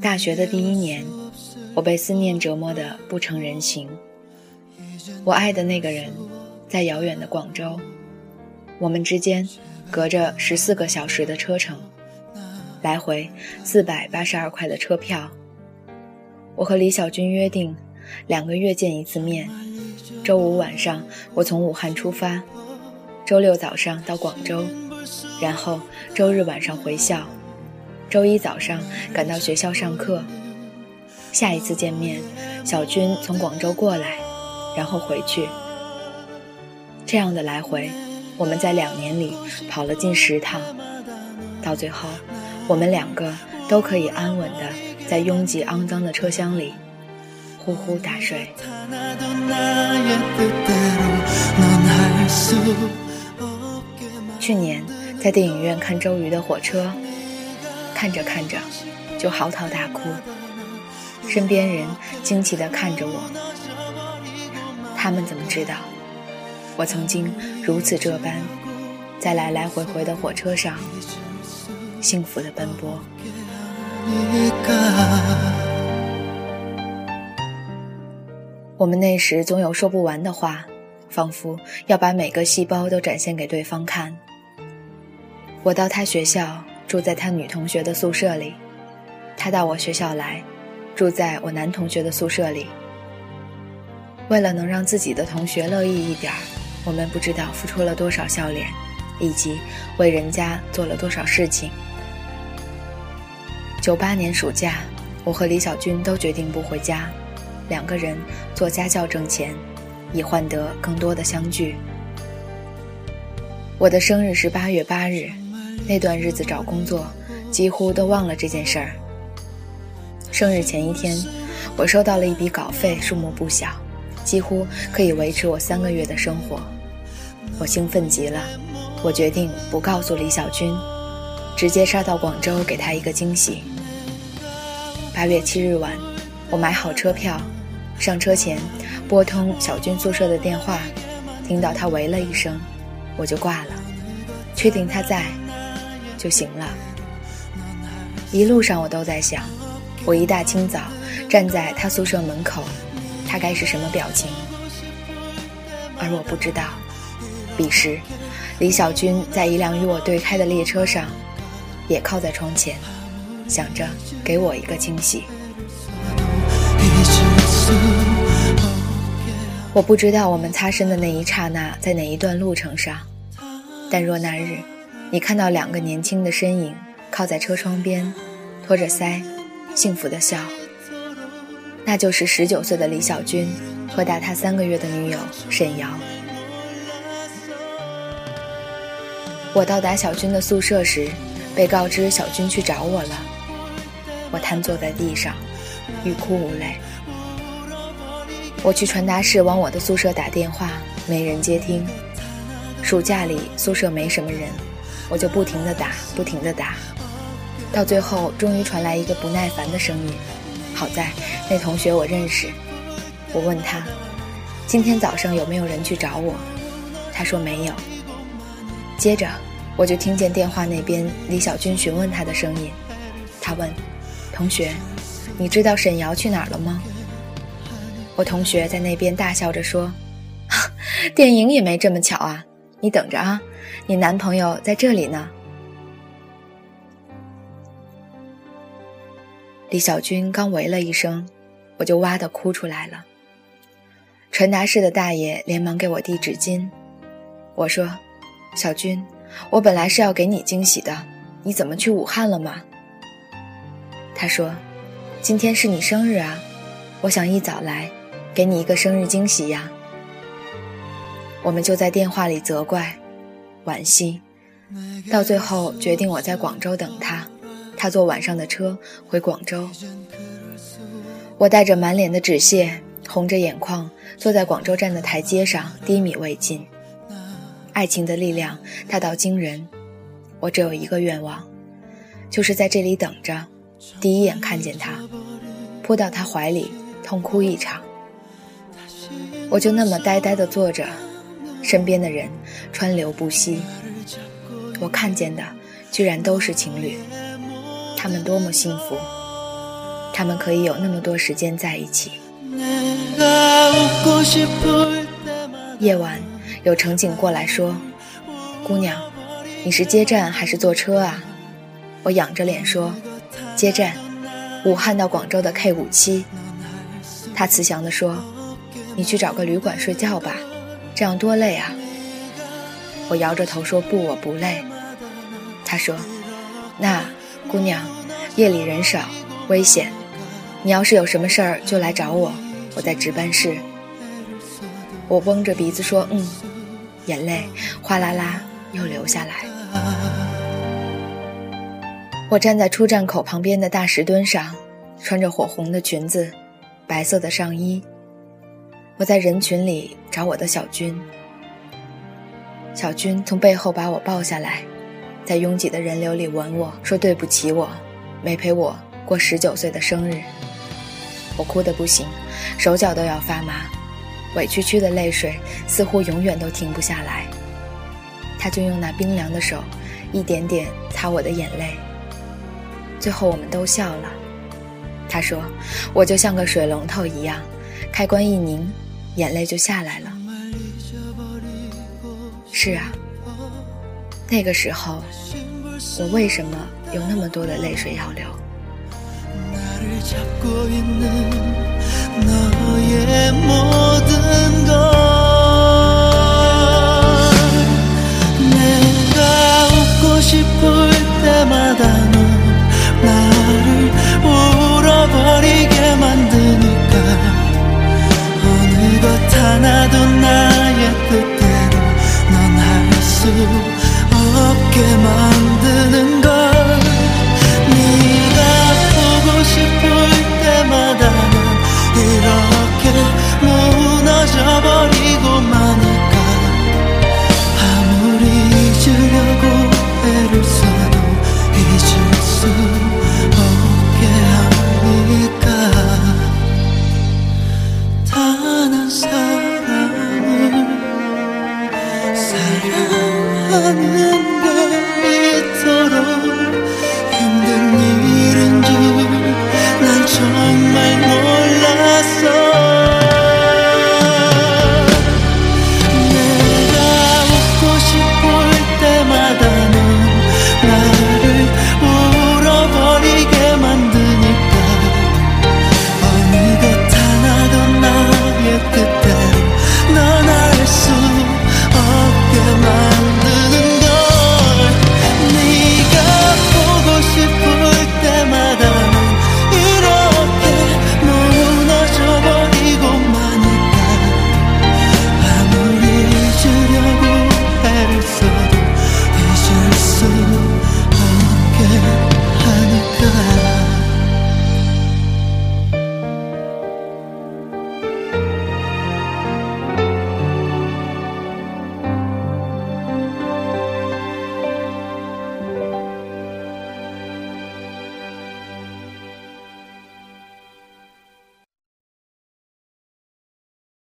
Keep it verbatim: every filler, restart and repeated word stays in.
大学的第一年，我被思念折磨得不成人形。我爱的那个人在遥远的广州，我们之间隔着十四个小时的车程，来回四百八十二块的车票。我和李小军约定两个月见一次面，周五晚上我从武汉出发，周六早上到广州，然后周日晚上回校，周一早上赶到学校上课。下一次见面，小军从广州过来，然后回去。这样的来回，我们在两年里跑了近十趟，到最后我们两个都可以安稳地在拥挤肮脏的车厢里呼呼大睡。去年在电影院看周瑜的火车，看着看着就嚎啕大哭，身边人惊奇地看着我，他们怎么知道我曾经如此这般在来来回回的火车上幸福的奔波。我们那时总有说不完的话，仿佛要把每个细胞都展现给对方看。我到他学校，住在他女同学的宿舍里，他到我学校来，住在我男同学的宿舍里。为了能让自己的同学乐意一点，我们不知道付出了多少笑脸，以及为人家做了多少事情。九八年暑假，我和李小军都决定不回家，两个人做家教挣钱，以换得更多的相聚。我的生日是八月八日，那段日子找工作几乎都忘了这件事儿。生日前一天，我收到了一笔稿费，数目不小，几乎可以维持我三个月的生活。我兴奋极了，我决定不告诉李小军，直接杀到广州给他一个惊喜。八月七日晚，我买好车票，上车前拨通小军宿舍的电话，听到他喂了一声，我就挂了，确定他在就行了。一路上我都在想，我一大清早站在他宿舍门口，他该是什么表情？而我不知道，彼时李小军在一辆与我对开的列车上，也靠在窗前，想着给我一个惊喜。我不知道我们擦身的那一刹那在哪一段路程上，但若那日你看到两个年轻的身影靠在车窗边，托着腮幸福地笑，那就是十九岁的李小军和大他三个月的女友沈瑶。我到达小军的宿舍时，被告知小军去找我了。我瘫坐在地上，欲哭无泪。我去传达室往我的宿舍打电话，没人接听。暑假里宿舍没什么人，我就不停地打，不停地打。到最后终于传来一个不耐烦的声音，好在那同学我认识。我问他今天早上有没有人去找我，他说没有。接着我就听见电话那边李小军询问他的声音，他问同学，你知道沈瑶去哪儿了吗？我同学在那边大笑着说，电影也没这么巧啊，你等着啊，你男朋友在这里呢。李小军刚喂了一声，我就哇地哭出来了。传达室的大爷连忙给我递纸巾。我说，小军，我本来是要给你惊喜的，你怎么去武汉了吗？他说，今天是你生日啊，我想一早来给你一个生日惊喜呀。我们就在电话里责怪惋惜，到最后决定我在广州等他，他坐晚上的车回广州。我带着满脸的纸屑，红着眼眶坐在广州站的台阶上，低米未进。爱情的力量大到惊人，我只有一个愿望，就是在这里等着，第一眼看见他，扑到他怀里痛哭一场。我就那么呆呆地坐着，身边的人川流不息，我看见的居然都是情侣，他们多么幸福。 他们可以有那么多时间在一起。夜晚有乘警过来说，姑娘，你是接站还是坐车啊？我仰着脸说，接站，武汉到广州的 K 五十七。 他慈祥地说，你去找个旅馆睡觉吧，这样多累啊。我摇着头说，不，我不累。他说，那姑娘，夜里人少危险，你要是有什么事儿就来找我，我在值班室。我绷着鼻子说嗯，眼泪哗啦啦又流下来。我站在出站口旁边的大石墩上，穿着火红的裙子，白色的上衣。我在人群里找我的小军。小军从背后把我抱下来，在拥挤的人流里吻我，说对不起我没陪我过十九岁的生日。我哭得不行，手脚都要发麻，委屈屈的泪水似乎永远都停不下来。他就用那冰凉的手一点点擦我的眼泪，最后我们都笑了。他说，我就像个水龙头一样，开关一拧，眼泪就下来了。是啊，那个时候我为什么有那么多的泪水要流？ 힘든 일인 줄 난 정말